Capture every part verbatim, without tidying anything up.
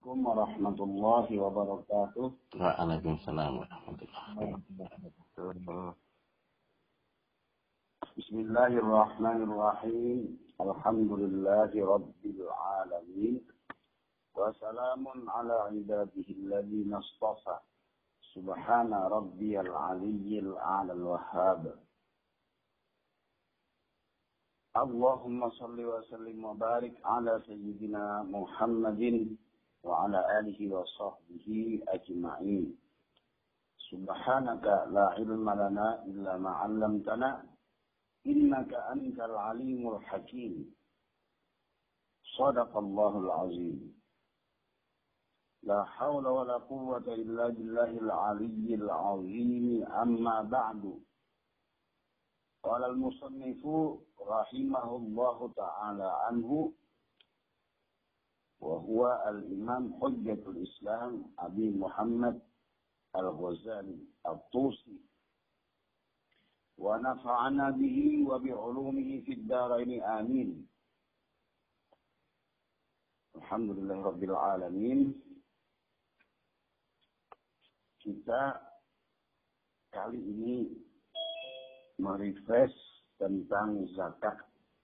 Assalamualaikum warahmatullahi wabarakatuh. Waalaikumsalam warahmatullahi wabarakatuh. Bismillahirrahmanirrahim. Alhamdulillahi rabbil alamin. Wa salamun ala ibadihi alladhina istafa. Subhana rabbiyal aliyyil a'lal wahhab. Allahumma salli wa sallim wa barik ala sayyidina Muhammadin wa ala alihi wa sahbihi ajma'in. Subhanaka la ilma lana illa ma 'allamtana innaka antal alimul hakim. Shadaqallahul azim. La hawla wa la quwwata illa billahil aliyyil azim. Amma ba'du. Qala al-musannifu rahimahullahu ta'ala anhu wa huwa al-imam hujjatul islam Abi Muhammad al-Ghazali al-Tusi wa nafa'ana bihi wa bi'ulumihi fid daraini amin. Alhamdulillahi rabbil alamin. Kita kali ini merefresh tentang zakat.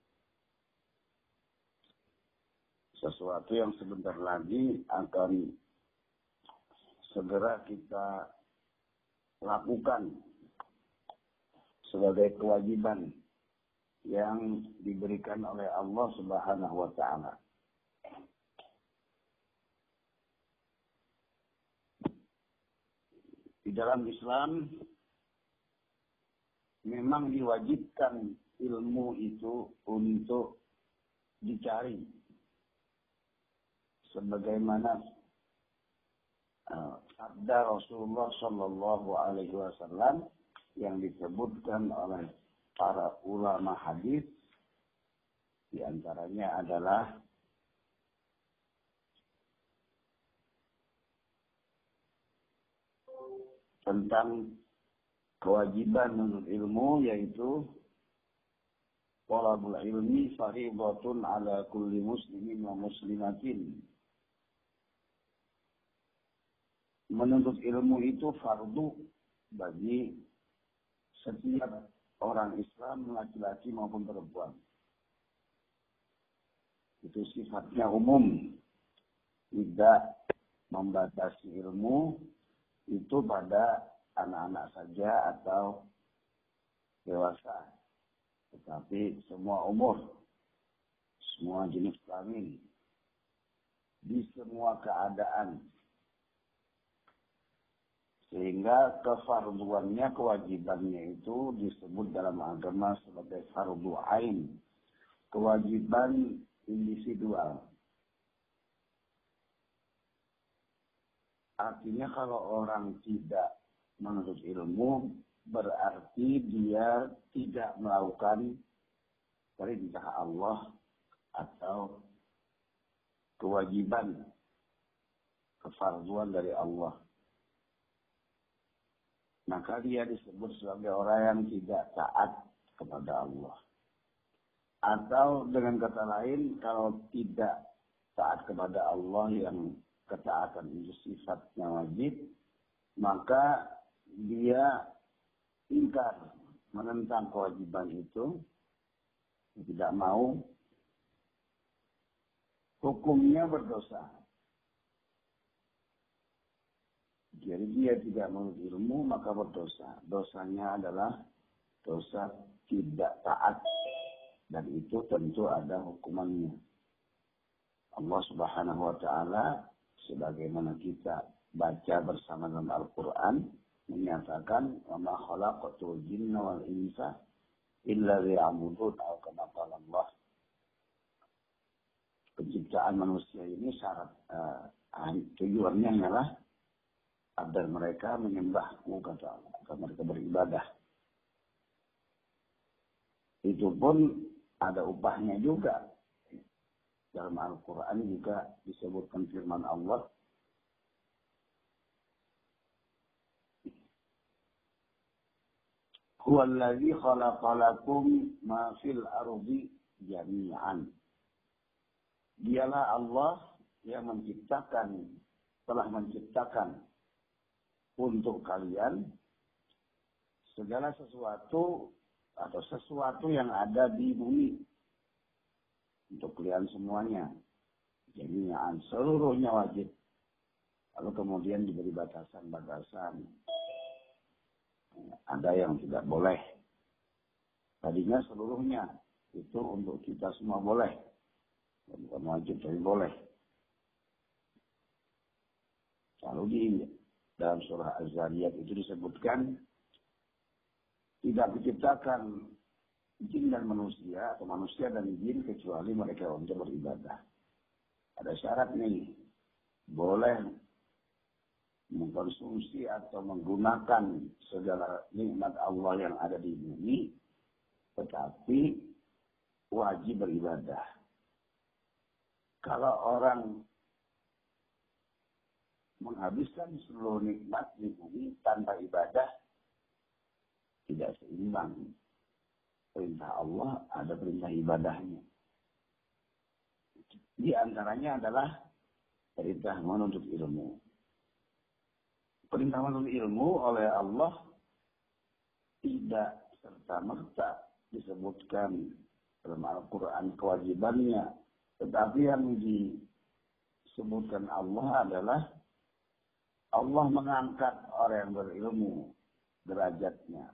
Sesuatu yang sebentar lagi akan segera kita lakukan sebagai kewajiban yang diberikan oleh Allah Subhanahu wa ta'ala. Di dalam Islam memang diwajibkan ilmu itu untuk dicari. Sebagaimana uh, sabda Rasulullah Shallallahu Alaihi Wasallam yang disebutkan oleh para ulama hadis, diantaranya adalah tentang kewajiban menuntut ilmu, yaitu talabul ilmi fardhatun ala kulli muslimin wa muslimatin. Menuntut ilmu itu fardu bagi setiap orang Islam, laki-laki maupun perempuan. Itu sifatnya umum, tidak membatasi ilmu itu pada anak-anak saja atau dewasa, tetapi semua umur, semua jenis kelamin, di semua keadaan, sehingga kefarduannya, kewajibannya itu disebut dalam agama sebagai fardu ain, kewajiban individual. Artinya kalau orang tidak menuntut ilmu, berarti dia tidak melakukan perintah Allah atau kewajiban, kefarduan dari Allah. Maka dia disebut sebagai orang yang tidak taat kepada Allah. Atau dengan kata lain, kalau tidak taat kepada Allah yang ketaatan itu sifatnya wajib, maka dia ingkar, menentang kewajiban itu, tidak mau, hukumnya berdosa. Jadi dia tidak menuntut ilmu, maka berdosa. Dosanya adalah dosa tidak taat, dan itu tentu ada hukumannya. Allah Subhanahu wa ta'ala, sebagaimana kita baca bersama dalam Al-Quran, menyatakan wa ma khalaqatul jinna wal insa illa liya'budun, atau kama qala Allah. Penciptaan manusia ini syarat uh, tujuannya adalah agar mereka menyembahmu, kata Allah, agar mereka beribadah. Itu pun ada upahnya juga. Dalam Al-Quran juga disebutkan firman Allah, huwallazi khalaqalakum ma fil ardi jami'an. Dialah Allah yang menciptakan, telah menciptakan untuk kalian segala sesuatu atau sesuatu yang ada di bumi untuk kalian semuanya. Jadi yang seluruhnya wajib. Lalu kemudian diberi batasan-batasan. Ada yang tidak boleh. Tadinya seluruhnya itu untuk kita semua boleh. Bukan wajib, tapi boleh. Lalu di dalam surah Az-Zariyat itu disebutkan tidak diciptakan jin dan manusia atau manusia dan jin kecuali mereka untuk beribadah. Ada syarat nih, boleh mengkonsumsi atau menggunakan segala nikmat Allah yang ada di bumi, tetapi wajib beribadah. Kalau orang menghabiskan seluruh nikmat di bumi tanpa ibadah, tidak seimbang. Perintah Allah ada perintah ibadahnya. Di antaranya adalah perintah menuntut ilmu. Perintah menuntut ilmu oleh Allah tidak serta-merta disebutkan dalam Al-Quran kewajibannya. Tetapi yang disebutkan Allah adalah Allah mengangkat orang yang berilmu derajatnya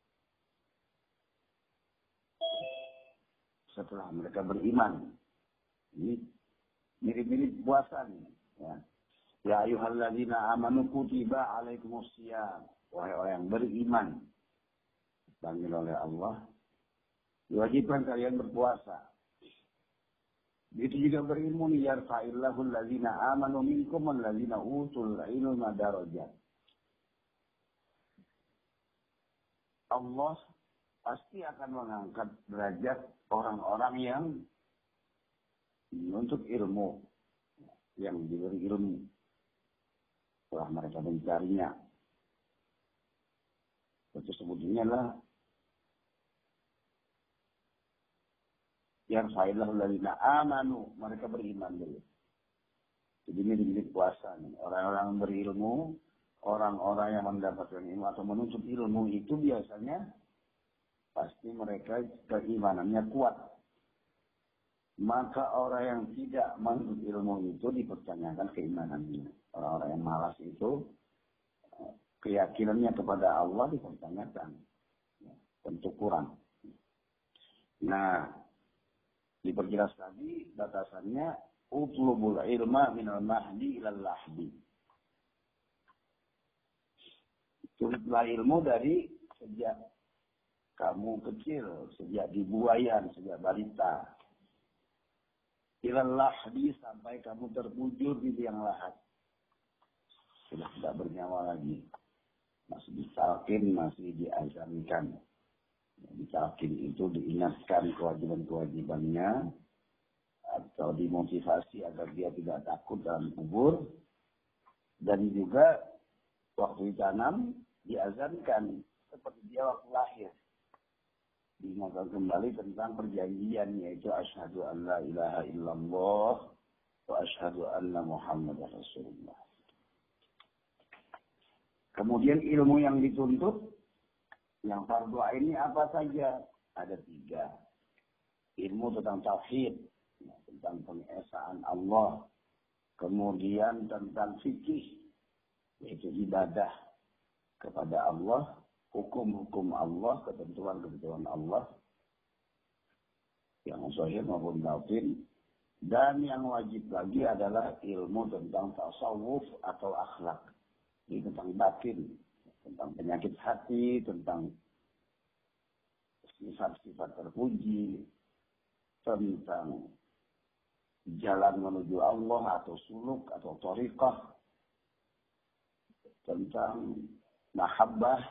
setelah mereka beriman. Ini mirip-mirip puasa nih. Ya, ya ayyuhalladzina amanu kutiba alaikumusiyam. Wahai orang yang beriman, dipanggil oleh Allah, diwajibkan kalian berpuasa. Itu juga berilmu nih, yarfa'illahu alladzina amanu minkum alladzina utul ilma darajat. Allah pasti akan mengangkat derajat orang-orang yang menuntut ilmu, yang diberi ilmu setelah mereka mencarinya. Itu sebutnya adalah yang fa'ilah lalina amanu, mereka beriman dulu. Jadi ini milik puasa nih. Orang-orang berilmu, orang-orang yang mendapatkan ilmu atau menuntut ilmu itu biasanya pasti mereka keimanannya kuat. Maka orang yang tidak menuntut ilmu itu dipertanyakan keimanannya. Orang-orang yang malas itu keyakinannya kepada Allah dipertanyakan. Tentu kurang. Nah, diperjelas tadi batasannya utlubul ilma minal mahdi ilal lahdi. Tulislah ilmu dari sejak kamu kecil, sejak dibuayan, sejak balita. Ilal lahdi sampai kamu terbujur di tiang lahat. Sudah tidak bernyawa lagi. Masih ditalkin, masih diazamkan. Ditalkin itu diingatkan kewajiban-kewajibannya atau dimotivasi agar dia tidak takut dalam kubur, dan juga waktu ditanam diazankan seperti dia waktu lahir, diingatkan kembali tentang perjanjian, yaitu asyhadu an la ilaha illallah wa asyhadu anna muhammadar rasulullah. Kemudian ilmu yang dituntut yang fardu ain ini apa saja? Ada tiga. Ilmu tentang tauhid, tentang pengesaan Allah. Kemudian tentang fikih, yaitu ibadah kepada Allah, hukum-hukum Allah, ketentuan-ketentuan Allah, yang zahir maupun batin. Dan yang wajib lagi adalah ilmu tentang tasawuf atau akhlak. Ini tentang batin, tentang penyakit hati, tentang sifat-sifat terpuji, tentang jalan menuju Allah atau suluk atau thariqah, tentang mahabbah,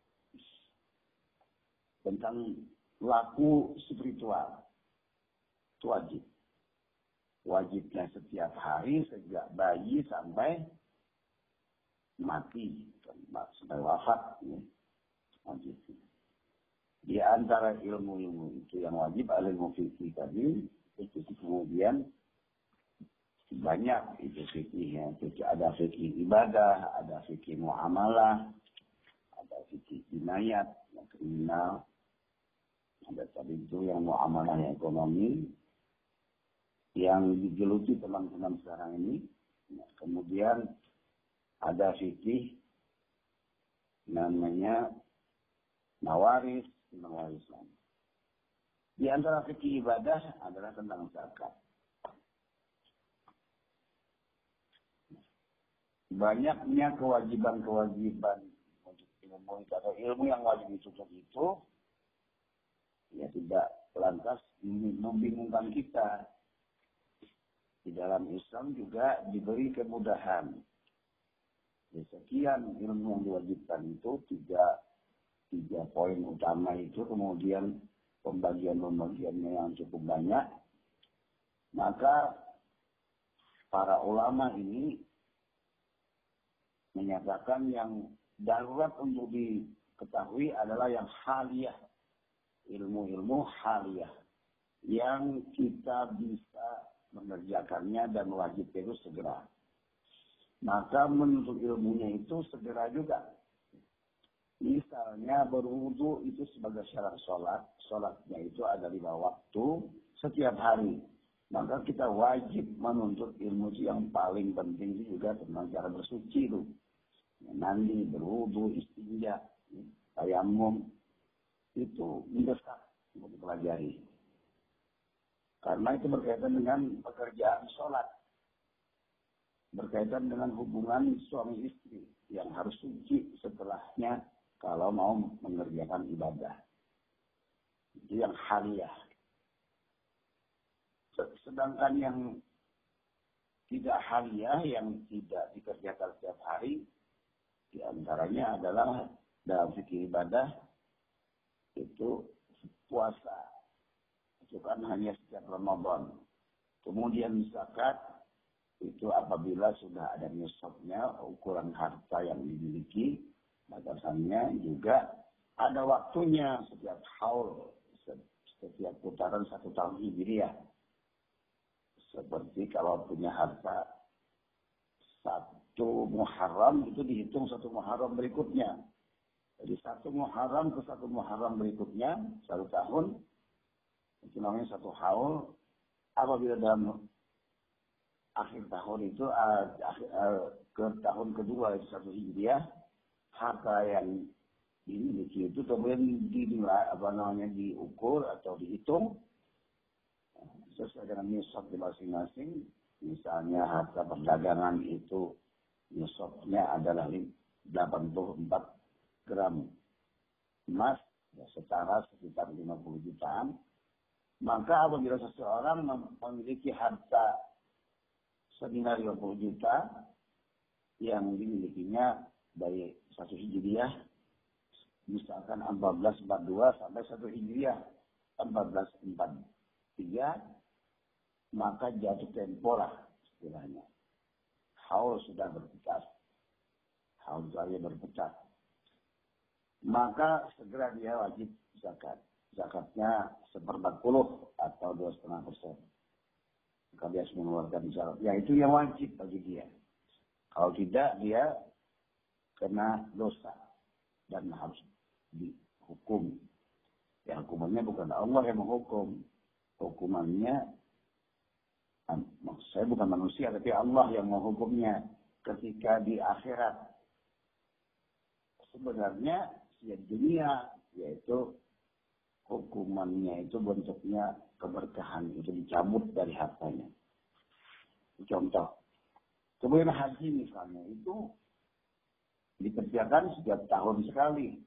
tentang laku spiritual. Itu wajib. Wajibnya setiap hari sejak bayi sampai mati, sampai wafat. Wajib. Di antara ilmu-ilmu itu yang wajib, ilmu fikih tadi, itu kemudian banyak itu fikihnya. Ada fikih ibadah, ada fikih muamalah, ada fikih jinayat, yang kriminal, ada tadi itu yang muamalah yang ekonomi, yang digeluti teman-teman sekarang ini. Nah, kemudian ada fikih namanya mawaris, mawarisan. Di antara fikih ibadah adalah tentang zakat. Banyaknya kewajiban-kewajiban untuk ilmu itu atau ilmu yang wajib dituntut itu ya tidak lantas membingungkan kita. Di dalam Islam juga diberi kemudahan. Di sekian ilmu yang diwajibkan itu tiga tiga poin utama itu, kemudian pembagian-pembagiannya yang cukup banyak. Maka para ulama ini menyatakan yang darurat untuk diketahui adalah yang haliyah, ilmu-ilmu haliyah yang kita bisa mengerjakannya dan wajib itu segera. Maka menuntut ilmunya itu segera juga. Misalnya berwudu itu sebagai syarat sholat, sholatnya itu ada lima waktu setiap hari. Maka kita wajib menuntut ilmu yang paling penting itu juga tentang cara bersuci itu. Mandi, berwudu, istinja, tayamum, itu mendesak untuk dipelajari. Karena itu berkaitan dengan pekerjaan sholat. Berkaitan dengan hubungan suami istri yang harus suci setelahnya kalau mau mengerjakan ibadah. Itu yang haliyah. Sedangkan yang tidak haliyah, yang tidak dikerjakan setiap hari, di antaranya adalah dalam fikih ibadah itu puasa. Itu kan hanya setiap Ramadan. Kemudian zakat itu apabila sudah ada nisabnya, ukuran harta yang dimiliki, batasannya juga ada waktunya setiap haul, setiap putaran satu tahun hijriah. Seperti kalau punya harta satu Muharram itu dihitung satu Muharram berikutnya. Jadi satu Muharram ke satu Muharram berikutnya, satu tahun, itu namanya satu haul. Apabila dalam akhir tahun itu, uh, uh, ke tahun kedua itu satu hijriah, harta yang dimiliki itu kemudian dinilai, apa namanya, diukur atau dihitung sesuai dengan nisab di masing-masing. Misalnya harta perdagangan itu nisabnya adalah delapan puluh empat gram emas, ya, setara sekitar lima puluh jutaan. Maka apabila seseorang memiliki harta senilai lima puluh juta yang dimilikinya dari satu hijriah, misalkan empat belas empat puluh dua sampai satu hijriah empat belas empat puluh tiga, maka jatuh tempo lah istilahnya. Haul sudah berputar. Haul saya berputar. Maka segera dia wajib zakat. Zakatnya seperempat puluh atau dua setengah persen. Maka dia harus mengeluarkan zakat. Ya itu yang wajib bagi dia. Kalau tidak dia kena dosa dan harus dihukum. Ya hukumannya bukan Allah yang menghukum. Hukumannya, maksud saya bukan manusia, tapi Allah yang menghukumnya ketika di akhirat. Sebenarnya di dunia, yaitu hukumannya itu bentuknya keberkahan, itu dicabut dari hartanya. Contoh, kemudian haji misalnya, itu dikerjakan setiap tahun sekali,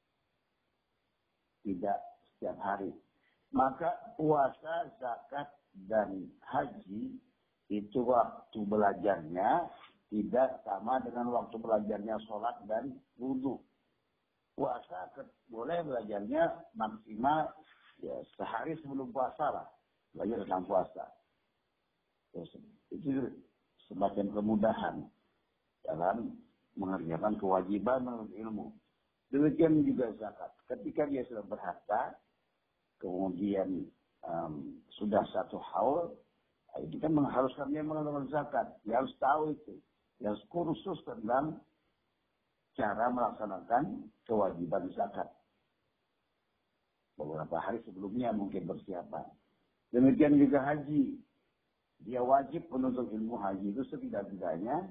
tidak setiap hari. Maka puasa, zakat, dan haji itu waktu belajarnya tidak sama dengan waktu belajarnya sholat dan wudu. Puasa boleh belajarnya maksimal ya, sehari sebelum puasa lah, belajar tentang puasa. Terus, itu semacam kemudahan dalam mengerjakan kewajiban menurut ilmu. Demikian juga zakat. Ketika dia sudah berharta, kemudian um, sudah satu haul Itu kan mengharuskan dia mengeluarkan zakat. Dia harus tahu itu. Dia harus kursus tentang cara melaksanakan kewajiban zakat. Beberapa hari sebelumnya mungkin persiapan. Demikian juga haji. Dia wajib menuntut ilmu haji itu setidak-tidaknya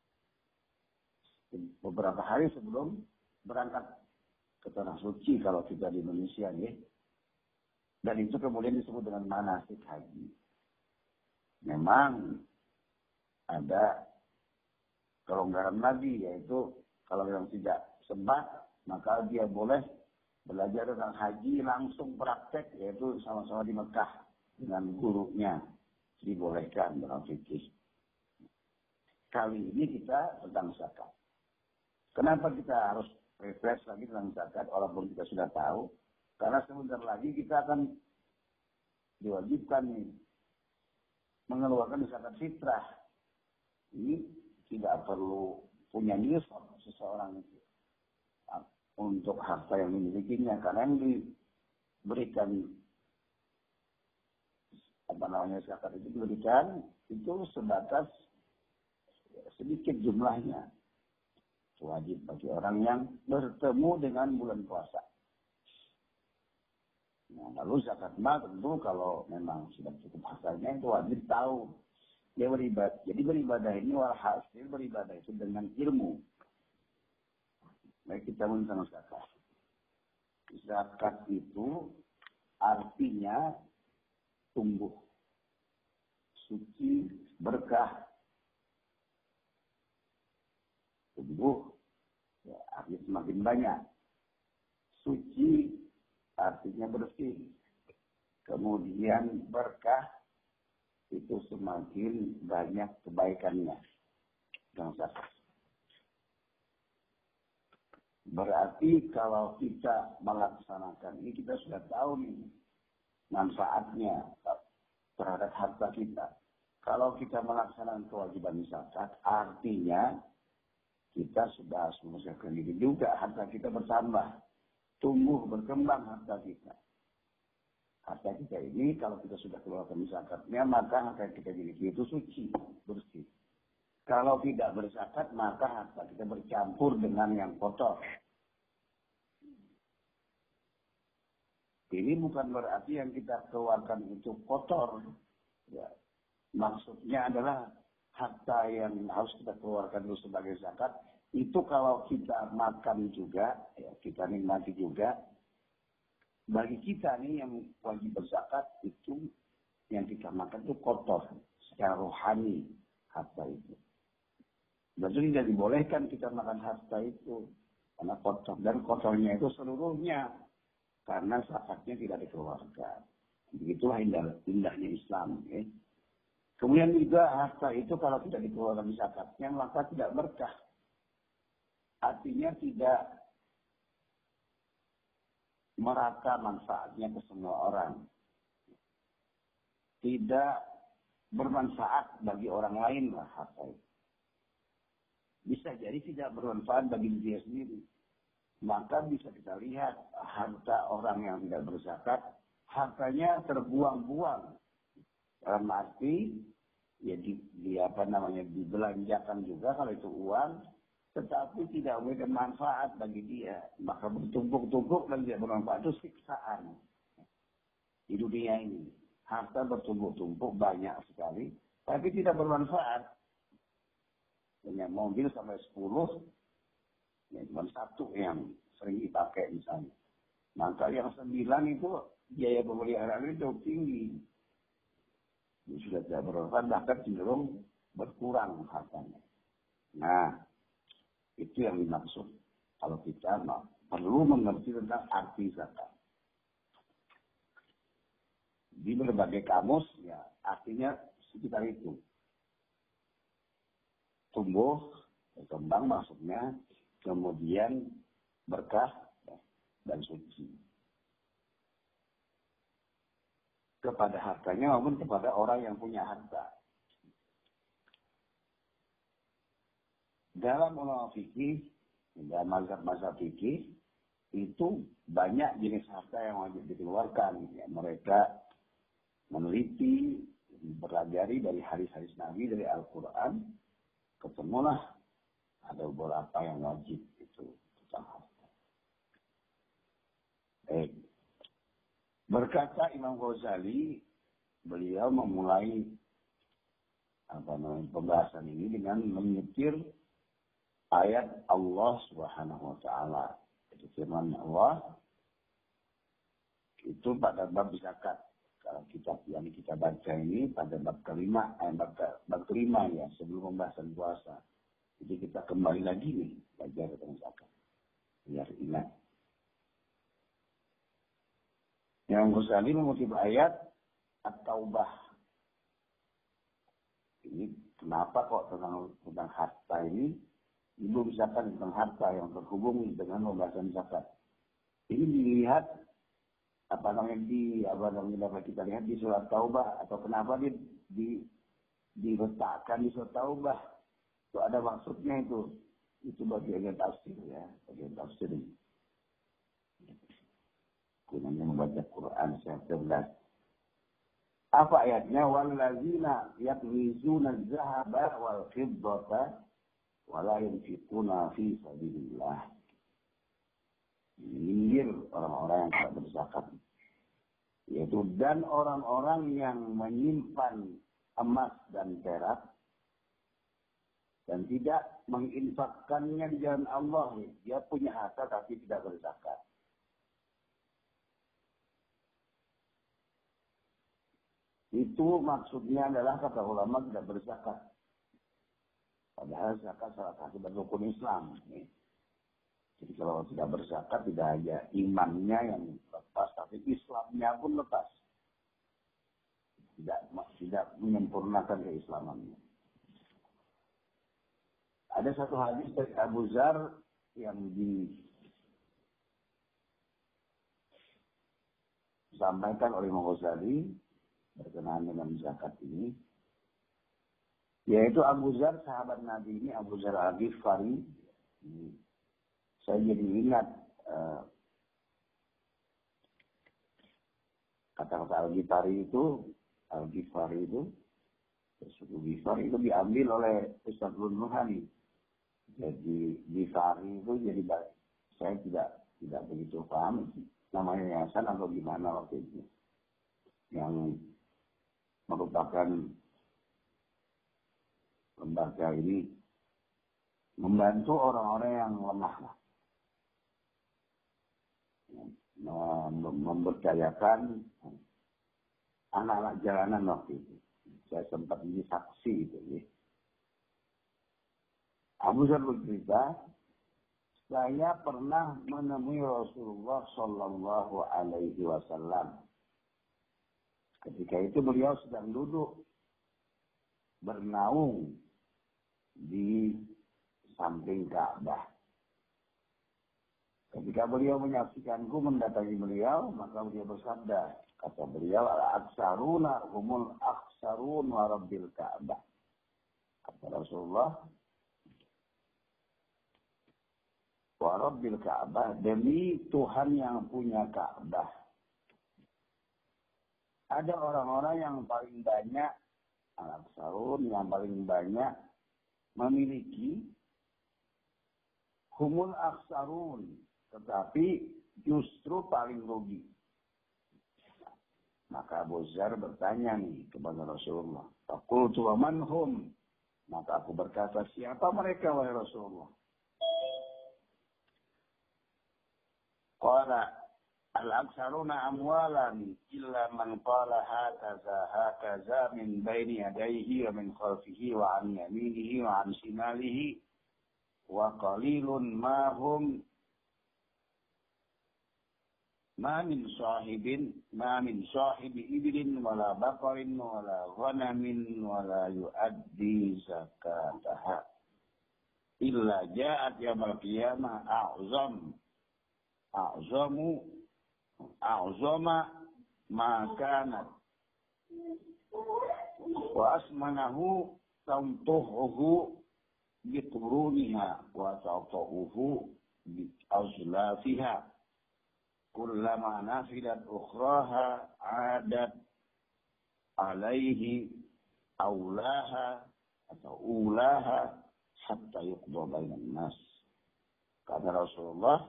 beberapa hari sebelum berangkat ke tanah suci kalau kita di Indonesia ya. Dan itu kemudian disebut dengan manasik haji. Memang ada kelonggaran lagi, yaitu kalau yang tidak sempat maka dia boleh belajar tentang haji langsung praktek, yaitu sama-sama di Mekah dengan gurunya, dibolehkan dalam fikih. Kali ini kita tentang zakat. Kenapa kita harus refresh lagi tentang zakat, walaupun kita sudah tahu? Karena sebentar lagi kita akan diwajibkan nih, mengeluarkan zakat fitrah. Ini tidak perlu punya nisab seseorang itu untuk harta yang dimilikinya, karena yang diberikan apa namanya zakat itu diberikan itu sebatas sedikit jumlahnya. Wajib bagi orang yang bertemu dengan bulan puasa. Nah, lalu zakat mal tentu kalau memang sudah cukup hasilnya itu wajib tahu dia beribadah. Jadi beribadah ini walhasil beribadah itu dengan ilmu. Baik kita tentang zakat. Zakat itu artinya tumbuh, suci, berkah. Tumbuh, ya, artinya semakin banyak. Suci artinya bersih. Kemudian berkah itu semakin banyak kebaikannya. Berarti kalau kita melaksanakan ini, kita sudah tahu nih manfaatnya terhadap harta kita. Kalau kita melaksanakan kewajiban zakat, artinya kita sudah harus mempersiapkan diri juga, harta kita bertambah, tumbuh, berkembang harta kita. Harta kita ini kalau kita sudah keluarkan zakatnya, maka harta kita miliki itu suci, bersih. Kalau tidak berzakat, maka harta kita bercampur dengan yang kotor. Ini bukan berarti yang kita keluarkan itu kotor. Ya. Maksudnya adalah harta yang harus kita keluarkan itu sebagai zakat, itu kalau kita makan juga, ya, kita nikmati juga, bagi kita nih yang wajib berzakat itu, yang kita makan itu kotor, secara rohani harta itu. Berarti tidak dibolehkan kita makan harta itu, karena kotor, dan kotornya itu seluruhnya, karena zakatnya tidak dikeluarkan. Begitulah indah, indahnya Islam. Ya. Kemudian juga harta itu kalau tidak dikeluarkan zakatnya, maka tidak berkah. Artinya tidak merata manfaatnya ke semua orang. Tidak bermanfaat bagi orang lain lah harta itu. Bisa jadi tidak bermanfaat bagi dia sendiri. Maka bisa kita lihat harta orang yang tidak berzakat, hartanya terbuang-buang. Dalam arti, ya di, di apa namanya dibelanjakan juga kalau itu uang, tetapi tidak memberikan manfaat bagi dia, maka bertumpuk-tumpuk dan tidak bermanfaat, itu siksaan di dunia ini. Harta bertumpuk-tumpuk banyak sekali, tapi tidak bermanfaat. Punya mobil sampai sepuluh, ya cuma satu yang sering dipakai misalnya. Maka yang sembilan itu biaya pemeliharaan itu tinggi. Ini sudah tidak bermanfaat, bahkan cenderung berkurang hartanya. Nah, itu yang dimaksud. Kalau kita nah, perlu mengerti tentang arti zakat. Di berbagai kamus, ya artinya sekitar itu. Tumbuh, berkembang maksudnya, kemudian berkah ya, dan suci. Kepada hartanya maupun kepada orang yang punya harta. Dalam ulama fikih, dalam mazhab-mazhab fikih, itu banyak jenis harta yang wajib dikeluarkan. Ya, mereka meneliti Berlajari dari hadis-hadis Nabi, dari Al-Quran, ketemulah ada beberapa yang wajib itu tentang harta. Baik. Berkata Imam Ghazali, beliau memulai apa namanya pembahasan ini dengan menyetir ayat Allah Subhanahu wa taala. Itu firman Allah itu pada bab zakat. Kalau kitab yang kita baca ini pada bab kelima, eh, bab, bab kelima ya, sebelum pembahasan puasa. Jadi kita kembali lagi nih belajar tentang zakat. Biar ingat. Yang Ghazali mengutip ayat At-Taubah. Ini kenapa kok tentang tentang harta ini ibu misalkan tentang harta yang terhubung dengan pembahasan zakat. Ini dilihat apa namanya di apa namanya dapat kita lihat di surat Taubah atau kenapa di, di diletakkan di surat Taubah itu ada maksudnya itu itu bagian tafsir ya bagian tafsir ini. Gunanya membaca Quran sebelas. Apa ayatnya? Wallazina yaknizuna az-zahaba wal fiddata wa la yunfiquna fi sabilillah. Menyindir orang-orang yang tidak berzakat. Yaitu dan orang-orang yang menyimpan emas dan perak dan tidak menginfakkannya di jalan Allah. Dia punya harta tapi tidak berzakat. Itu maksudnya adalah kata ulama tidak berzakat. Padahal zakat salah satu bentuk rukun Islam. Jadi kalau tidak berzakat tidak hanya imannya yang lepas, tapi Islamnya pun lepas. Tidak tidak menyempurnakan keislamannya. Ada satu hadis dari Abu Dzar yang disampaikan oleh Imam Ghazali berkenaan dengan zakat ini, yaitu Abu Dzar sahabat Nabi ini Abu Dzar Al-Ghifari. Saya jadi ingat uh, kata-kata Al-Ghifari itu, Al-Ghifari itu, suku Ghifari itu diambil oleh Ustaz Nurhani. Jadi Ghifari itu jadi saya tidak tidak begitu paham namanya yayasan atau gimana waktu itu, yang merupakan lembaga ini membantu orang-orang yang lemah, memberdayakan anak-anak jalanan waktu itu. Saya sempat jadi saksi itu. Ya. Abu Dzar bercerita, saya pernah menemui Rasulullah Shallallahu Alaihi Wasallam. Ketika itu beliau sedang duduk bernaung di samping Ka'bah. Ketika beliau menyaksikanku mendatangi beliau, maka beliau bersabda, kata beliau, al-aksaruna humul aksarun wa rabbil Ka'bah. Kata Rasulullah, wa rabbil Ka'bah, demi Tuhan yang punya Ka'bah. Ada orang-orang yang paling banyak, al-aksarun yang paling banyak memiliki humul aksarun, tetapi justru paling rugi. Maka Abu Dzar bertanya nih kepada Rasulullah, faqultu wa man hum? Maka aku berkata, siapa mereka wahai Rasulullah? Qala al-aksaruna amwalan illa man qala hakaza hakaza min baini yadayhi wa min khalfihi wa an yaminihi wa an shimalihi wa qalilun ma hum ma min sahibin ma min sahibi ibilin wala baqarin wala ghanamin wala yuaddi zakataha illa ja'at yaumil qiyamah a'zam a'zamu a'zama ma kanat wa asmanahu tamtuhu bituruniha wa ta'tuhu bi azlafiha kullama nafidat ukhraha adat alaihi aulaha atau ulaha hatta yuqda bainan nas. Kata Rasulullah,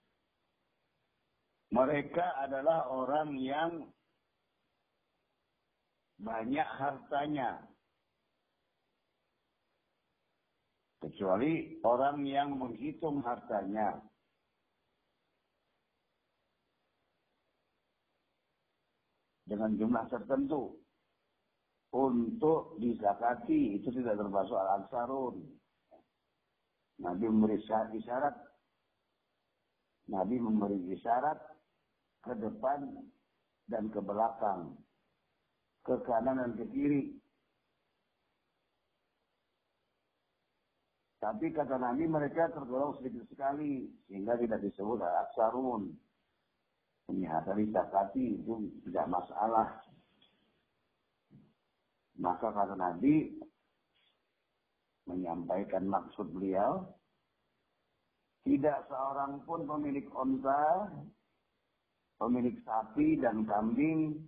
mereka adalah orang yang banyak hartanya, kecuali orang yang menghitung hartanya. Dengan jumlah tertentu untuk dizakati, itu tidak termasuk al-aksarun. Nabi memberi isyarat, Nabi memberi isyarat ke depan dan ke belakang, ke kanan dan ke kiri. Tapi kata Nabi mereka tergolong sedikit sekali, sehingga tidak disebut al-aksarun. Ini harta dizakati itu tidak masalah. Maka kata Nabi menyampaikan maksud beliau, tidak seorang pun pemilik onta, pemilik sapi dan kambing,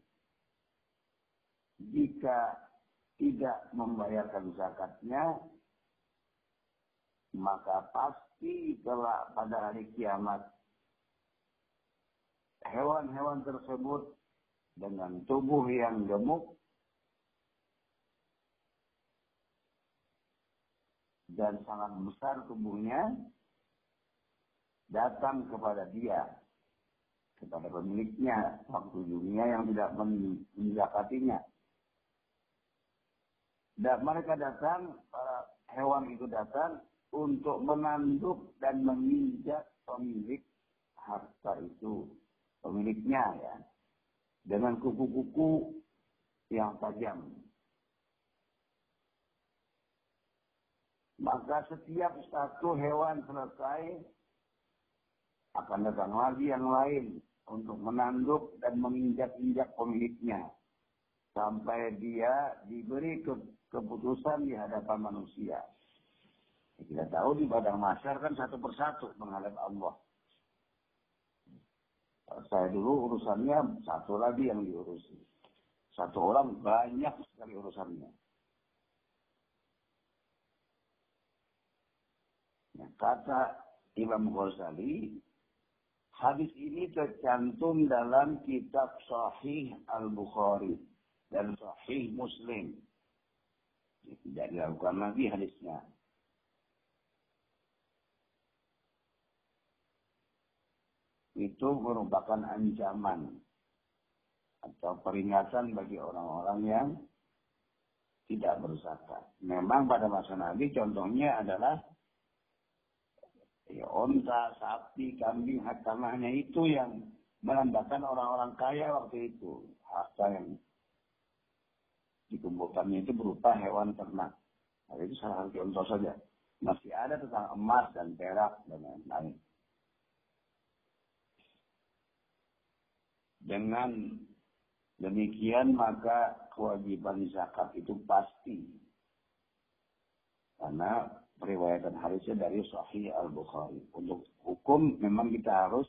jika tidak membayarkan zakatnya, maka pasti kelak pada hari kiamat hewan-hewan tersebut dengan tubuh yang gemuk dan sangat besar tubuhnya datang kepada dia, kepada pemiliknya waktu dunia yang tidak menzakatinya. Dan mereka datang, para hewan itu datang untuk menanduk dan menginjak pemilik harta itu, pemiliknya ya, dengan kuku-kuku yang tajam. Maka setiap satu hewan selesai, akan datang lagi yang lain untuk menanduk dan menginjak-injak pemiliknya, sampai dia diberi ke, keputusan di hadapan manusia. Kita tahu di padang mahsyar kan satu persatu menghadap Allah. Saya dulu urusannya satu lagi yang diurusi. Satu orang banyak sekali urusannya. Nah, kata Imam Ghazali, hadis ini tercantum dalam kitab Sahih Al-Bukhari dan Sahih Muslim. Tidak dilakukan lagi hadisnya. Itu merupakan ancaman atau peringatan bagi orang-orang yang tidak berzakat. Memang pada masa Nabi contohnya adalah ya, onta, sapi, kambing, hak tanahnya itu yang menandakan orang-orang kaya waktu itu. Harta yang dikumpulkannya itu berupa hewan ternak. Nah, itu salah satu contoh saja. Masih ada tentang emas dan perak dan lain-lain. Dengan demikian maka kewajiban zakat itu pasti. Karena periwayatan hadisnya dari Sahih Al-Bukhari. Untuk hukum memang kita harus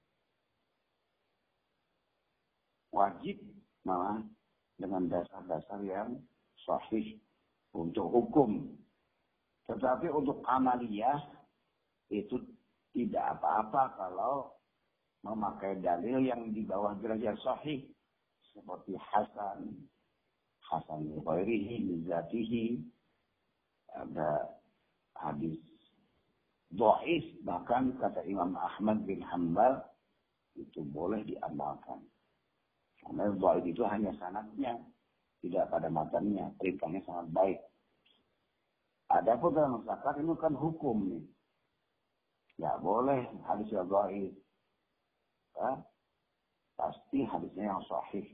wajib malah dengan dasar-dasar yang sahih untuk hukum. Tetapi untuk amaliyah itu tidak apa-apa kalau memakai dalil yang di bawah derajat sahih seperti Hasan, Hasan Al-Ghairihi, Mizatihi, ada hadis dhaif, bahkan kata Imam Ahmad bin Hanbal itu boleh diamalkan. Karena dhaif itu hanya sanadnya, tidak pada matannya, perintahnya sangat baik. Adapun dalam zakat ini kan hukum nih. Ya boleh hadis yang dhaif. Ya, pasti hadisnya yang sahih.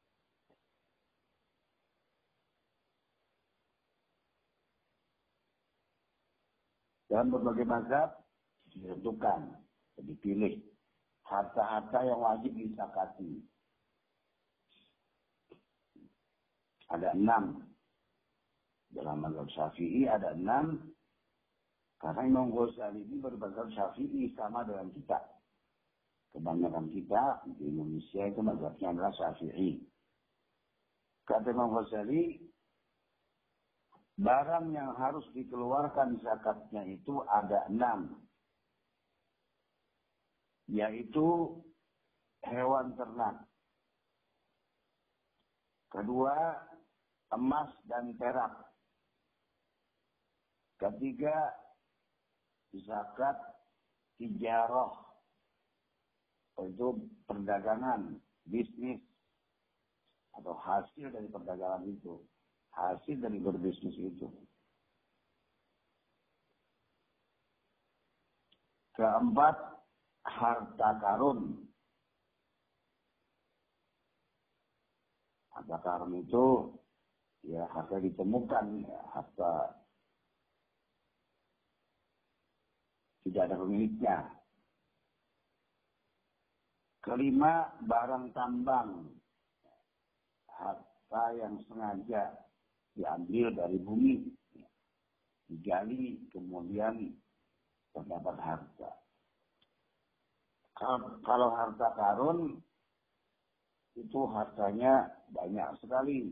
Dan berbagai mazhab ditentukan, dipilih harta-harta yang wajib dizakati. Ada enam. Dalam mazhab Syafi'i ada enam. Karena Imam Ghazali ini berbazhab Syafi'i sama dengan kita. Kebanyakan kita di Indonesia itu mazhabnya adalah Syafi'i. Kata Imam Ghazali, barang yang harus dikeluarkan zakatnya itu ada enam. Yaitu hewan ternak. Kedua, emas dan perak. Ketiga, zakat tijarah. Itu perdagangan, bisnis, atau hasil dari perdagangan itu. Hasil dari berbisnis itu. Keempat, harta karun. Harta karun itu ya harta ditemukan, ya, harta tidak ada pemiliknya. Kelima, barang tambang. Harta yang sengaja diambil dari bumi, digali, kemudian terdapat harta. Kalau harta karun, itu hartanya banyak sekali.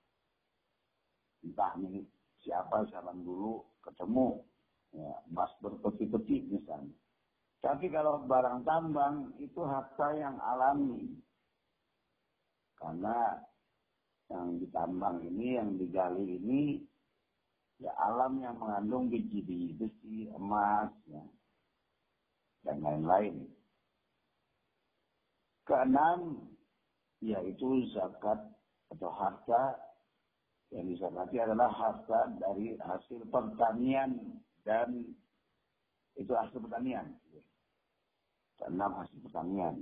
Entah milik siapa zaman dulu ketemu, ya, emas berpeti-peti misalnya. Tapi kalau barang tambang, itu harta yang alami. Karena yang ditambang ini, yang digali ini, ya alam yang mengandung biji-biji besi, emas, ya, dan lain-lain. Keenam, yaitu zakat atau harta yang dizakati adalah harta dari hasil pertanian, dan itu hasil pertanian. Keenam, hasil pertanian.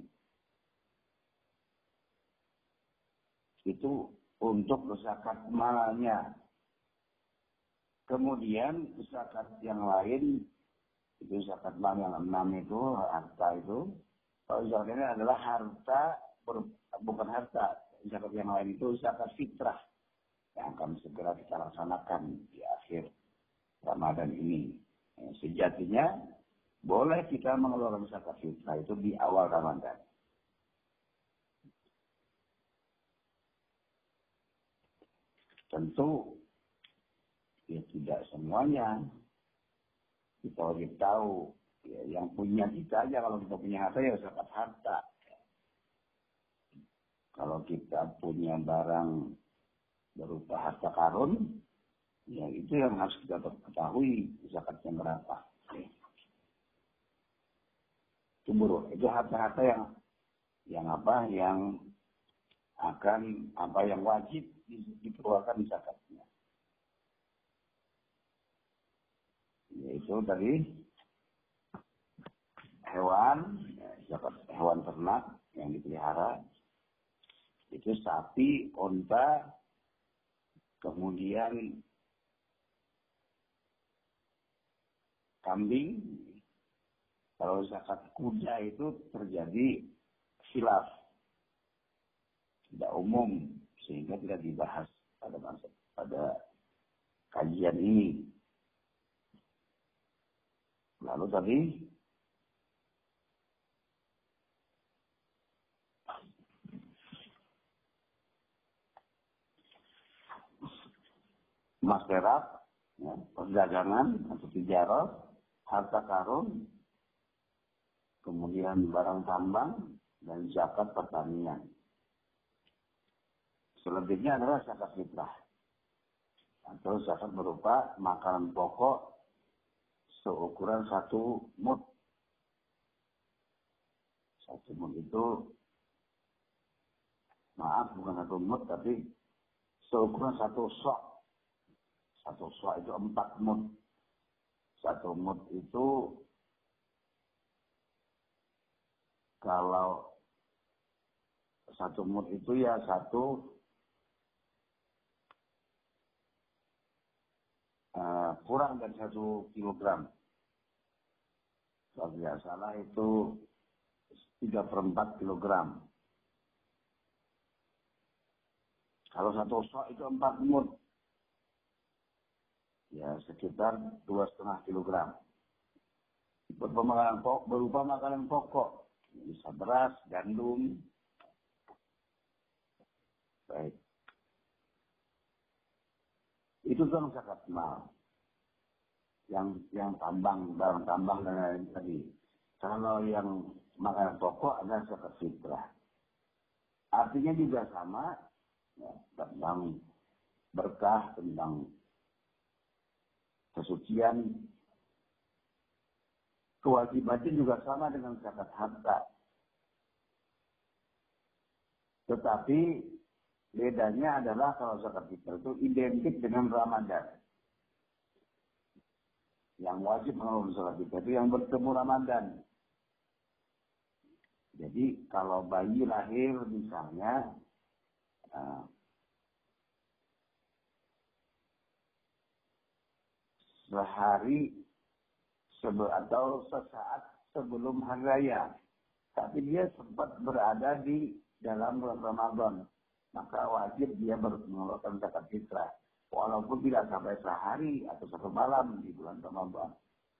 Itu untuk zakat malnya. Kemudian zakat yang lain, itu zakat mal yang enam itu, harta itu. Kalau zakat ini adalah harta, ber, bukan harta. Zakat yang lain itu zakat fitrah. Yang akan segera kita laksanakan di akhir Ramadan ini. Sejatinya, boleh kita mengeluarkan zakat fitrah itu di awal Ramadan. Tentu, ya tidak semuanya. Kita wajib tahu, ya, yang punya kita aja, kalau kita punya harta, ya zakat harta. Kalau kita punya barang berupa harta karun, ya itu yang harus kita ketahui zakatnya berapa. Itu itu harta-harta yang yang apa, yang akan apa yang wajib dikeluarkan zakatnya. Yaitu dari hewan, ya, zakat hewan ternak yang dipelihara, itu sapi, unta, kemudian kambing. Kalau zakat kuda itu terjadi khilaf, tidak umum, sehingga tidak dibahas pada masa pada kajian ini. Lalu tadi emas perak, ya, perdagangan atau tijarah, harta karun, kemudian barang tambang, dan zakat pertanian. Selebihnya adalah zakat fitrah atau zakat berupa makanan pokok seukuran satu mud. Satu mud itu, maaf, bukan satu mud, tapi seukuran satu sok. Satu sok itu empat mud. Satu mud itu kalau satu mud itu ya satu uh, kurang dari satu kilogram. Kalau tidak salah itu tiga per empat kilogram. Kalau satu sok itu empat mud, ya sekitar dua setengah kilogram. Berupa makanan pokok, berupa makanan pokok, bisa beras, gandum. Baik. Itu kan zakat mal. Yang yang tambang, barang tambang dan lain tadi. Kalau yang makanan pokok adalah zakat fitrah. Artinya juga sama, ya, tentang berkah, tentang kesucian. Kewajibannya juga sama dengan zakat harta. Tetapi bedanya adalah kalau zakat fitrah itu identik dengan Ramadan. Yang wajib mengeluarkan zakat fitrah itu yang bertemu Ramadan. Jadi kalau bayi lahir misalnya uh, sehari sebe atau sesaat sebelum hari raya, tapi dia sempat berada di dalam bulan Ramadan, maka wajib dia mengeluarkan zakat fitrah, walaupun tidak sampai sehari atau satu malam di bulan Ramadan.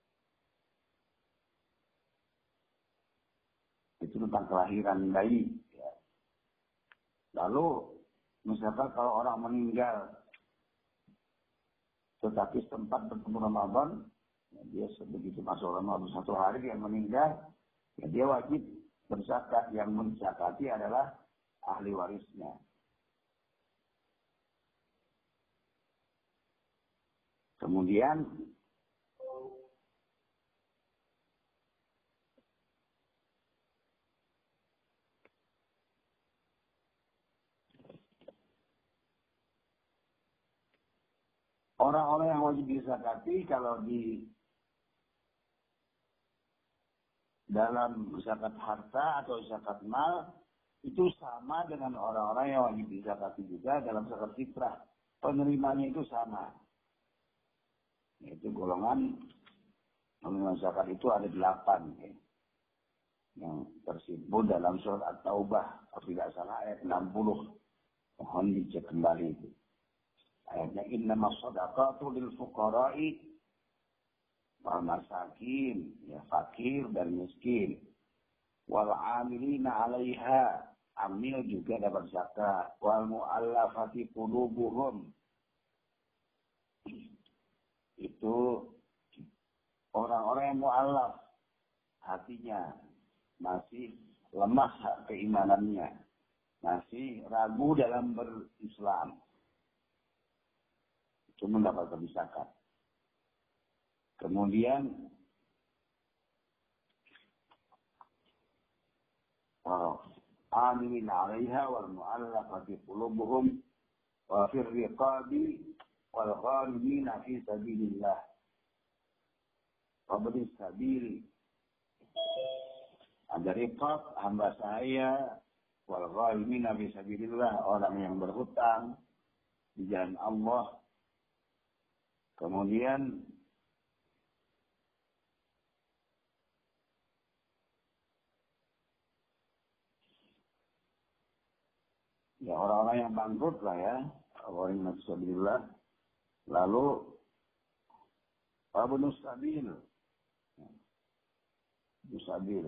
Itu tentang kelahiran bayi. Ya. Lalu, misalkan kalau orang meninggal, tetapi sempat bertemu Ramadan, ya dia begitu masuk Ramadan satu hari dia meninggal, ya dia wajib berzakat. Yang menzakati adalah ahli warisnya. Kemudian orang-orang yang wajib dizakati kalau di dalam zakat harta atau zakat mal itu sama dengan orang-orang yang wajib dizakati juga dalam zakat fitrah. Penerimanya itu sama. Yaitu golongan penerima zakat itu ada delapan. Ya, yang tersebut dalam surat At-Taubah. Kalau tidak salah ayat enam puluh. Mohon dicek kembali itu. Ayatnya innamas shadaqatu lil fuqara'i wal masakin, ya fakir dan miskin. Wal 'amilina 'alaiha, amil juga dapat zakat. Wal mu'allafati qulubuhum, itu orang-orang yang mu'allaf hatinya, masih lemah keimanannya, masih ragu dalam berislam, itu mendapatkan zakat. Kemudian amilin 'alaiha wal mu'allafati qulubuhum wa fir riqabi wal gharimina fi sabilillah. Wabri sabil, ada riqab hamba saya, wal gharimina fi sabilillah, orang yang berhutang di jalan Allah. Kemudian ya orang-orang yang bangkrut lah ya, orang yang fisabilillah. Lalu Abunus Sabil, Musabil,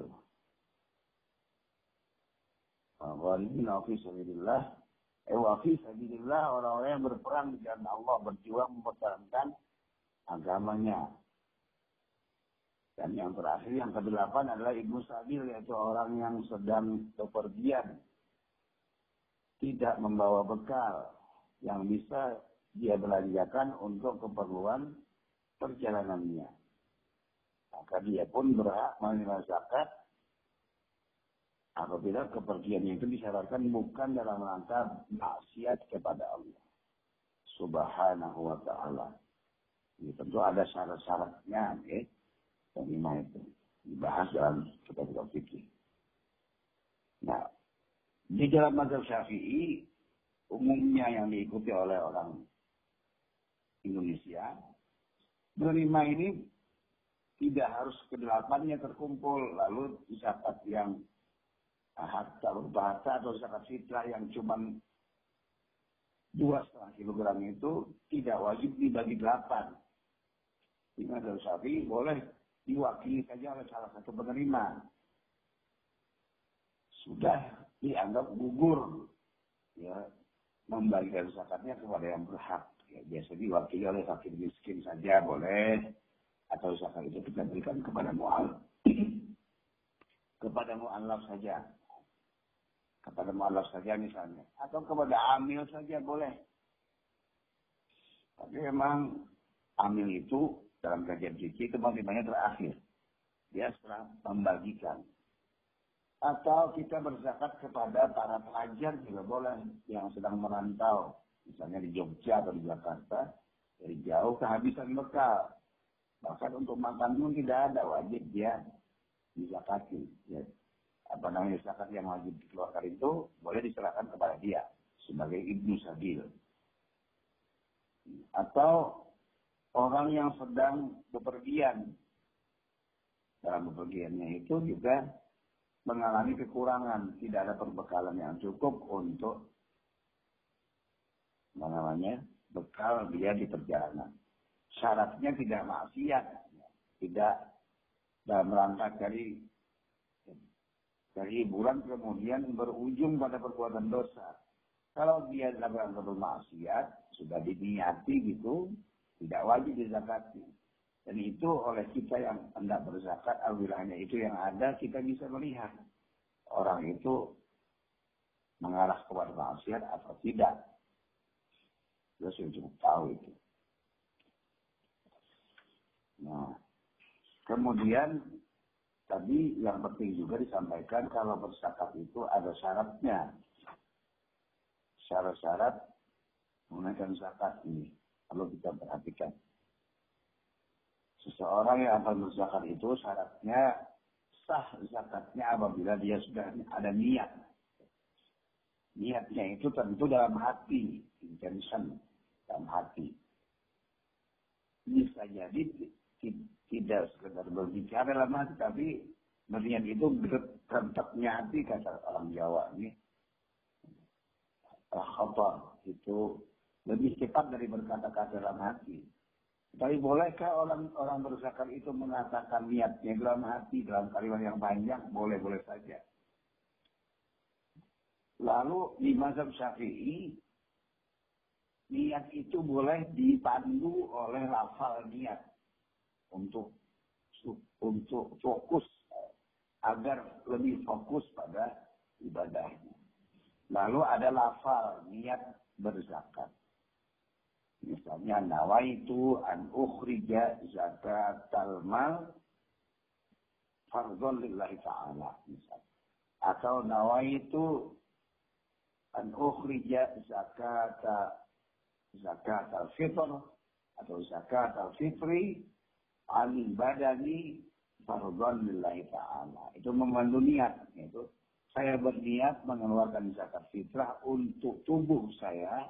Ghalibin Afi Sabilillah, eh Wafi Sabilillah, orang-orang yang berperang di jalan Allah, berjuang mempertahankan agamanya. Dan yang terakhir, yang kedelapan adalah Ibnu Sabil, yaitu orang yang sedang bepergian, tidak membawa bekal yang bisa dia belanjakan untuk keperluan perjalanannya. Maka dia pun berhak menerima zakat apabila kepergiannya itu disyaratkan bukan dalam rangka maksiat kepada Allah Subhanahu wa ta'ala. Ini tentu ada syarat-syaratnya, okay? Penerima itu dibahas dalam kitab-kitab fikih. Nah, di dalam mazhab Syafi'i umumnya yang diikuti oleh orang Indonesia, menerima ini tidak harus kedelapannya terkumpul, lalu zakat yang harta berbahasa atau zakat fitrah yang cuma dua setengah kilogram itu tidak wajib dibagi delapan. Di mazhab Syafi'i boleh diwakili saja oleh salah satu penerima. Sudah dianggap gugur ya membagikan zakatnya kepada yang berhak. Ya, biasa diwakili oleh fakir miskin saja boleh, atau zakat itu kita berikan kepada mu'al kepada mu'alaf saja, kepada mu'alaf saja misalnya, atau kepada amil saja boleh. Tapi memang amil itu dalam kajian fikih itu motivasinya terakhir, dia setelah membagikan. Atau kita berzakat kepada para pelajar juga boleh yang sedang merantau, misalnya di Jogja atau di Jakarta, dari jauh kehabisan bekal, bahkan untuk makan pun tidak ada, wajib dia dizakati. Ya. Apa namanya zakat yang wajib dikeluarkan itu boleh diserahkan kepada dia sebagai ibnu sabil. Atau orang yang sedang bepergian, dalam bepergiannya itu juga mengalami kekurangan, tidak ada perbekalan yang cukup untuk namanya bekal dia di perjalanan. Syaratnya tidak maksiat, tidak dalam rangka dari dari hiburan kemudian berujung pada perbuatan dosa. Kalau dia dalam rangka bermaksiat, sudah diniati gitu, tidak wajib dizakati. Dan itu oleh kita yang hendak berzakat, alhamdulillahnya itu yang ada, kita bisa melihat orang itu mengarah kepada maksiat atau tidak. Kita sudah cukup tahu itu. Nah, kemudian tadi yang penting juga disampaikan kalau berzakat itu ada syaratnya. Syarat-syarat menunaikan zakat ini perlu kita perhatikan. Seseorang yang akan berzakat itu syaratnya sah zakatnya apabila dia sudah ada niat. Niatnya itu tentu dalam hati, intention dalam hati. Bisa jadi tidak sekedar berbicara dalam hati, tapi berniat itu gertaknya hati, kata orang Jawa ini. Khabar itu lebih cepat dari berkata-kata dalam hati. Tapi bolehkah orang orang berzakat itu mengatakan niatnya dalam hati dalam kalimat yang panjang? Boleh-boleh saja. Lalu di mazhab Syafi'i, niat itu boleh dipandu oleh lafal niat untuk untuk fokus, agar lebih fokus pada ibadahnya. Lalu ada lafal niat berzakat. Misalnya nawaitu an ukhrija zakatal mal fardhon lillahi ta'ala misalnya. Atau nawaitu an ukhrija zakata zakatal fitr atau zakatal fitri an badani fardhon lillahi ta'ala. Itu memandu niat, itu saya berniat mengeluarkan zakat fitrah untuk tubuh saya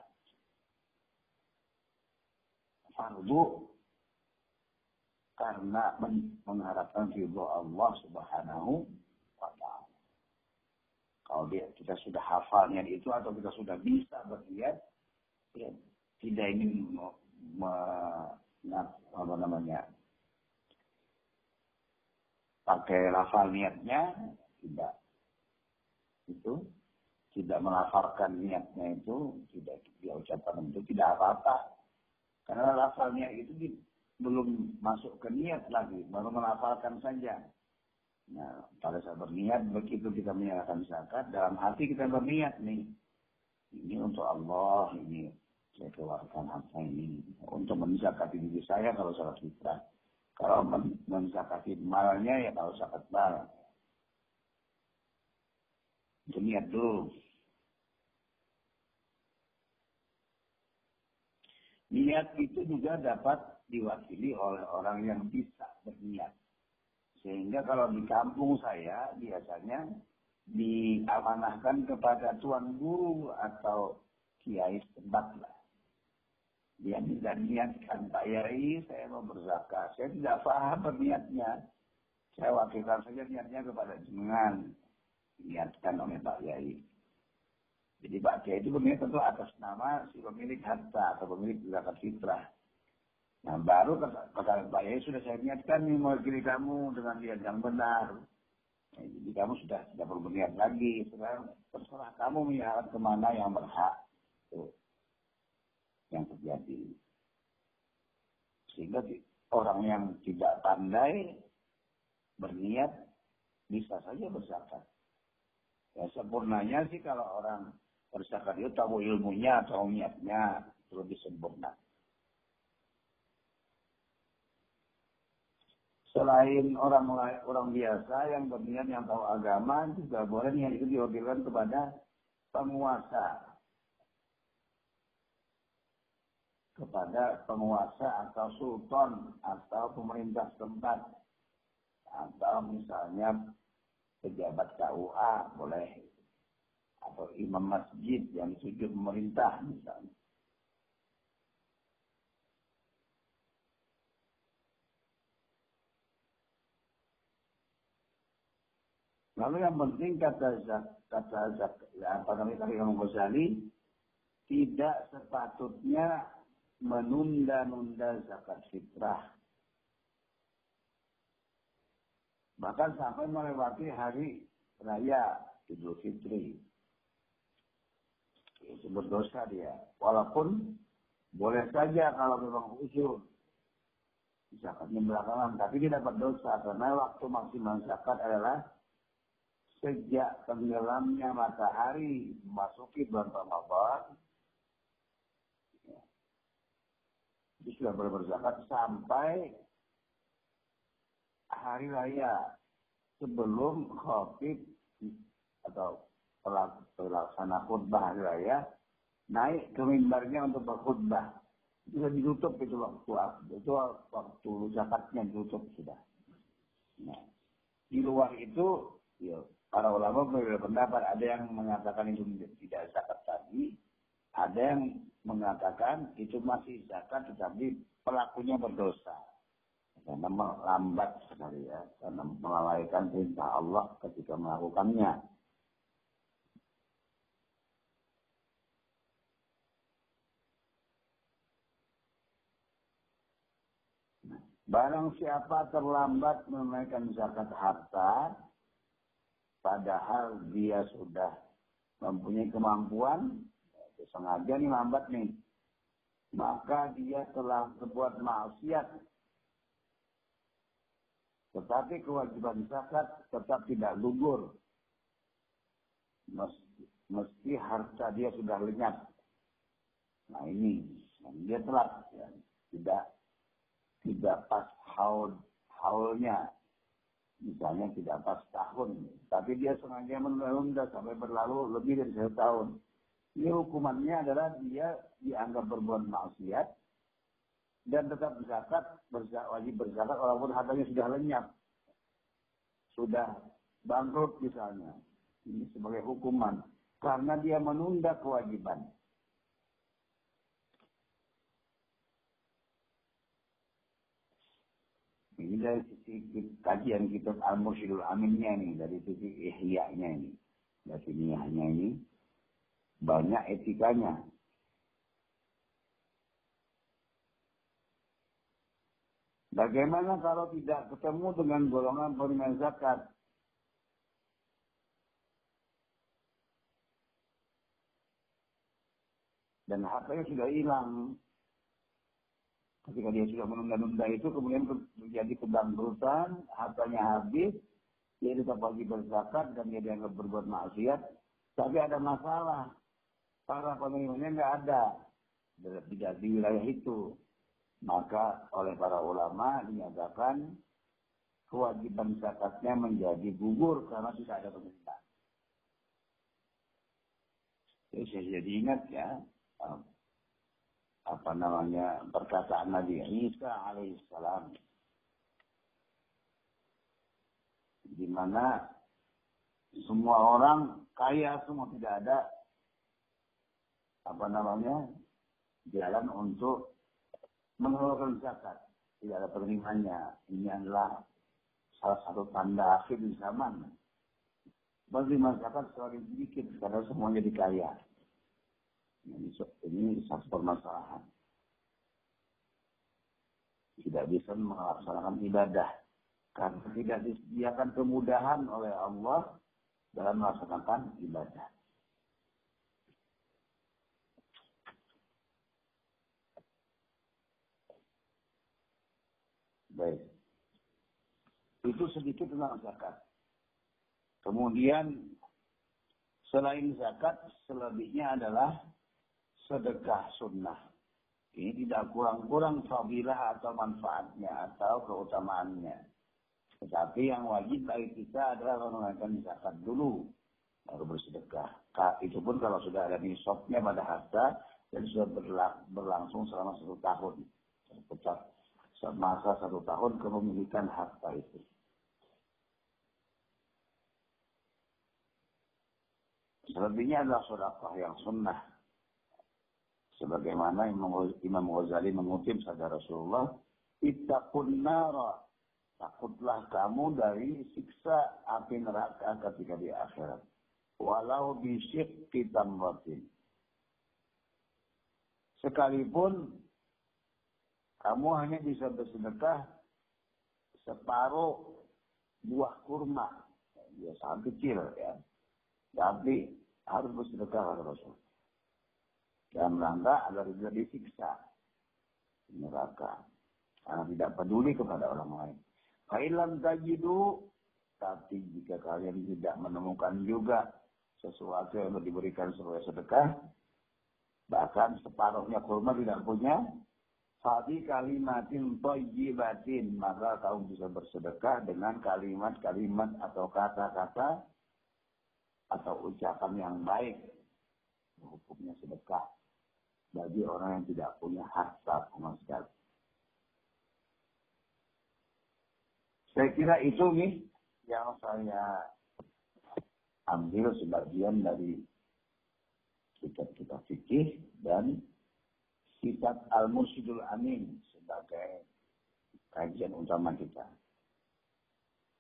fardu karena mengharapkan ridho Allah Subhanahu wa ta'ala. Kalau dia, kita sudah hafalnya itu atau kita sudah bisa berniat, ya, tidak ingin me, me, apa namanya pakai lafal niatnya, tidak. Itu tidak melafalkan niatnya itu, tidak dia ucapkan itu tidak apa-apa. Karena lafal niat itu di, belum masuk ke niat lagi, baru melafalkan saja. Nah, pada saat berniat, begitu kita menyerahkan zakat, dalam hati kita berniat nih, ini untuk Allah, ini saya keluarkan harta ini untuk menzakati diri saya kalau zakat fitrah. Kalau men menzakati malnya ya kalau zakat mal. Itu niat dulu. Niat itu juga dapat diwakili oleh orang yang bisa berniat. Sehingga kalau di kampung saya biasanya diamanahkan kepada tuan guru atau kiai setempat lah. Dia bisa niatkan, Pak Yai saya mau berzakat. Saya tidak paham berniatnya. Saya wakilkan saja niatnya kepada jenengan. Niatkan oleh Pak Yai. Jadi Pak Kiai itu berniat tentu atas nama si pemilik harta atau pemilik zakat fitrah. Nah baru kata Pak Kiai sudah saya niatkan nih mewakili kamu dengan niat yang benar. Nah, jadi kamu sudah tidak perlu berniat lagi. Sekarang terserah kamu melihat kemana yang berhak. Tuh. yang terjadi. Sehingga orang yang tidak pandai berniat bisa saja berzakat. Ya sempurnanya sih kalau orang berzakat itu tahu ilmunya atau niatnya lebih sempurna. Selain orang orang biasa yang berniat yang tahu agama juga boleh niat itu diwakilkan kepada penguasa. Kepada penguasa atau sultan atau pemerintah setempat atau misalnya pejabat K U A boleh atau imam masjid yang ditunjuk pemerintah misalnya. Lalu yang penting kata kata apa namanya Imam Ghazali tidak sepatutnya menunda-nunda zakat fitrah. Bahkan sampai melewati hari raya Idul Fitri. Itu berdosa dia. Walaupun boleh saja kalau memang usul zakatnya belakangan, tapi tidak berdosa karena waktu maksimal zakat adalah sejak tenggelamnya matahari memasuki bulan Ramadan. Itu sudah boleh berzakat sampai hari raya sebelum khatib atau pelaksana khutbah hari raya naik ke mimbarnya untuk berkhutbah. Sudah ditutup itu waktu itu waktu zakatnya ditutup sudah. Nah, di luar itu ya, para ulama berbeda pendapat. Ada yang mengatakan itu tidak zakat tadi, ada yang mengatakan itu masih zakat tetapi pelakunya berdosa karena melambat sekali ya, karena melalaikan perintah Allah ketika melakukannya. Barang siapa terlambat menunaikan zakat harta, padahal dia sudah mempunyai kemampuan, sengaja nih lambat nih, maka dia telah berbuat maksiat. Tetapi kewajiban zakat tetap tidak gugur. Mesti, mesti harta dia sudah lenyap. Nah ini, dia telat, ya. tidak tidak pas haul haulnya. Misalnya tidak pas tahun, tapi dia sengaja menunda sampai berlalu lebih dari satu tahun. Ini hukumannya adalah dia dianggap berbuat maksiat dan tetap berzakat, berzakat wajib berzakat walaupun hartanya sudah lenyap, sudah bangkrut misalnya. Ini sebagai hukuman karena dia menunda kewajiban. Ini dari sisi kajian kitab Al-Mursyidul Aminnya ini, dari sisi ihya-nya ini, dari niyahnya ini, banyak etikanya. Bagaimana kalau tidak ketemu dengan golongan penerima zakat? Dan hartanya sudah hilang. Ketika dia sudah menunda-nunda itu, kemudian terjadi kebangkrutan, hartanya habis, dia tetap wajib berzakat dan dia dianggap berbuat maksiat. Tapi ada masalah, para penerimanya nggak ada, tidak di wilayah itu. Maka oleh para ulama dinyatakan kewajiban zakatnya menjadi gugur karena tidak ada pemerintah. Jadi saya jadi ingat ya, apa namanya perkataan Nabi Isa alaihissalam, di mana semua orang kaya semua, tidak ada apa namanya jalan untuk mengeluarkan zakat, tidak ada penerimanya. Ini adalah salah satu tanda akhir di zaman. Menerima zakat semakin sedikit karena semuanya dikaya. Ini, ini satu permasalahan. Tidak bisa melaksanakan ibadah karena tidak disediakan kemudahan oleh Allah dalam melaksanakan ibadah. Baik. Itu sedikit tentang zakat. Kemudian selain zakat, selebihnya adalah sedekah sunnah. Ini tidak kurang-kurang fadilah atau manfaatnya atau keutamaannya. Tetapi yang wajib bagi kita adalah menunaikan zakat dulu, baru bersedekah. Itu pun kalau sudah ada nisabnya pada harta dan sudah berlangsung selama satu tahun. Terpecah semasa satu tahun kepemilikan harta itu. Selebihnya adalah sedekah yang sunnah. Sebagaimana Imam Ghazali mengutip sabda Rasulullah, ittaqun nara, takutlah kamu dari siksa api neraka ketika di akhirat. Walau bisyikki tamratin. Sekalipun kamu hanya bisa bersedekah separuh buah kurma, ya sangat kecil ya, tapi harus bersedekah kata Rasul. Dan rangka agar tidak disiksa neraka karena tidak peduli kepada orang lain. Fa'ilam tajidu, tapi jika kalian tidak menemukan juga sesuatu yang diberikan sebagai sedekah, bahkan separuhnya kurma tidak punya, fadi kalimatin thayyibatin, maka kamu bisa bersedekah dengan kalimat-kalimat atau kata-kata atau ucapan yang baik. Hukumnya sedekah bagi orang yang tidak punya harta sama sekali. Saya kira itu nih yang saya ambil sebagian dari kitab-kitab fikih dan kitab Al-Mursyidul Amin sebagai kajian utama kita.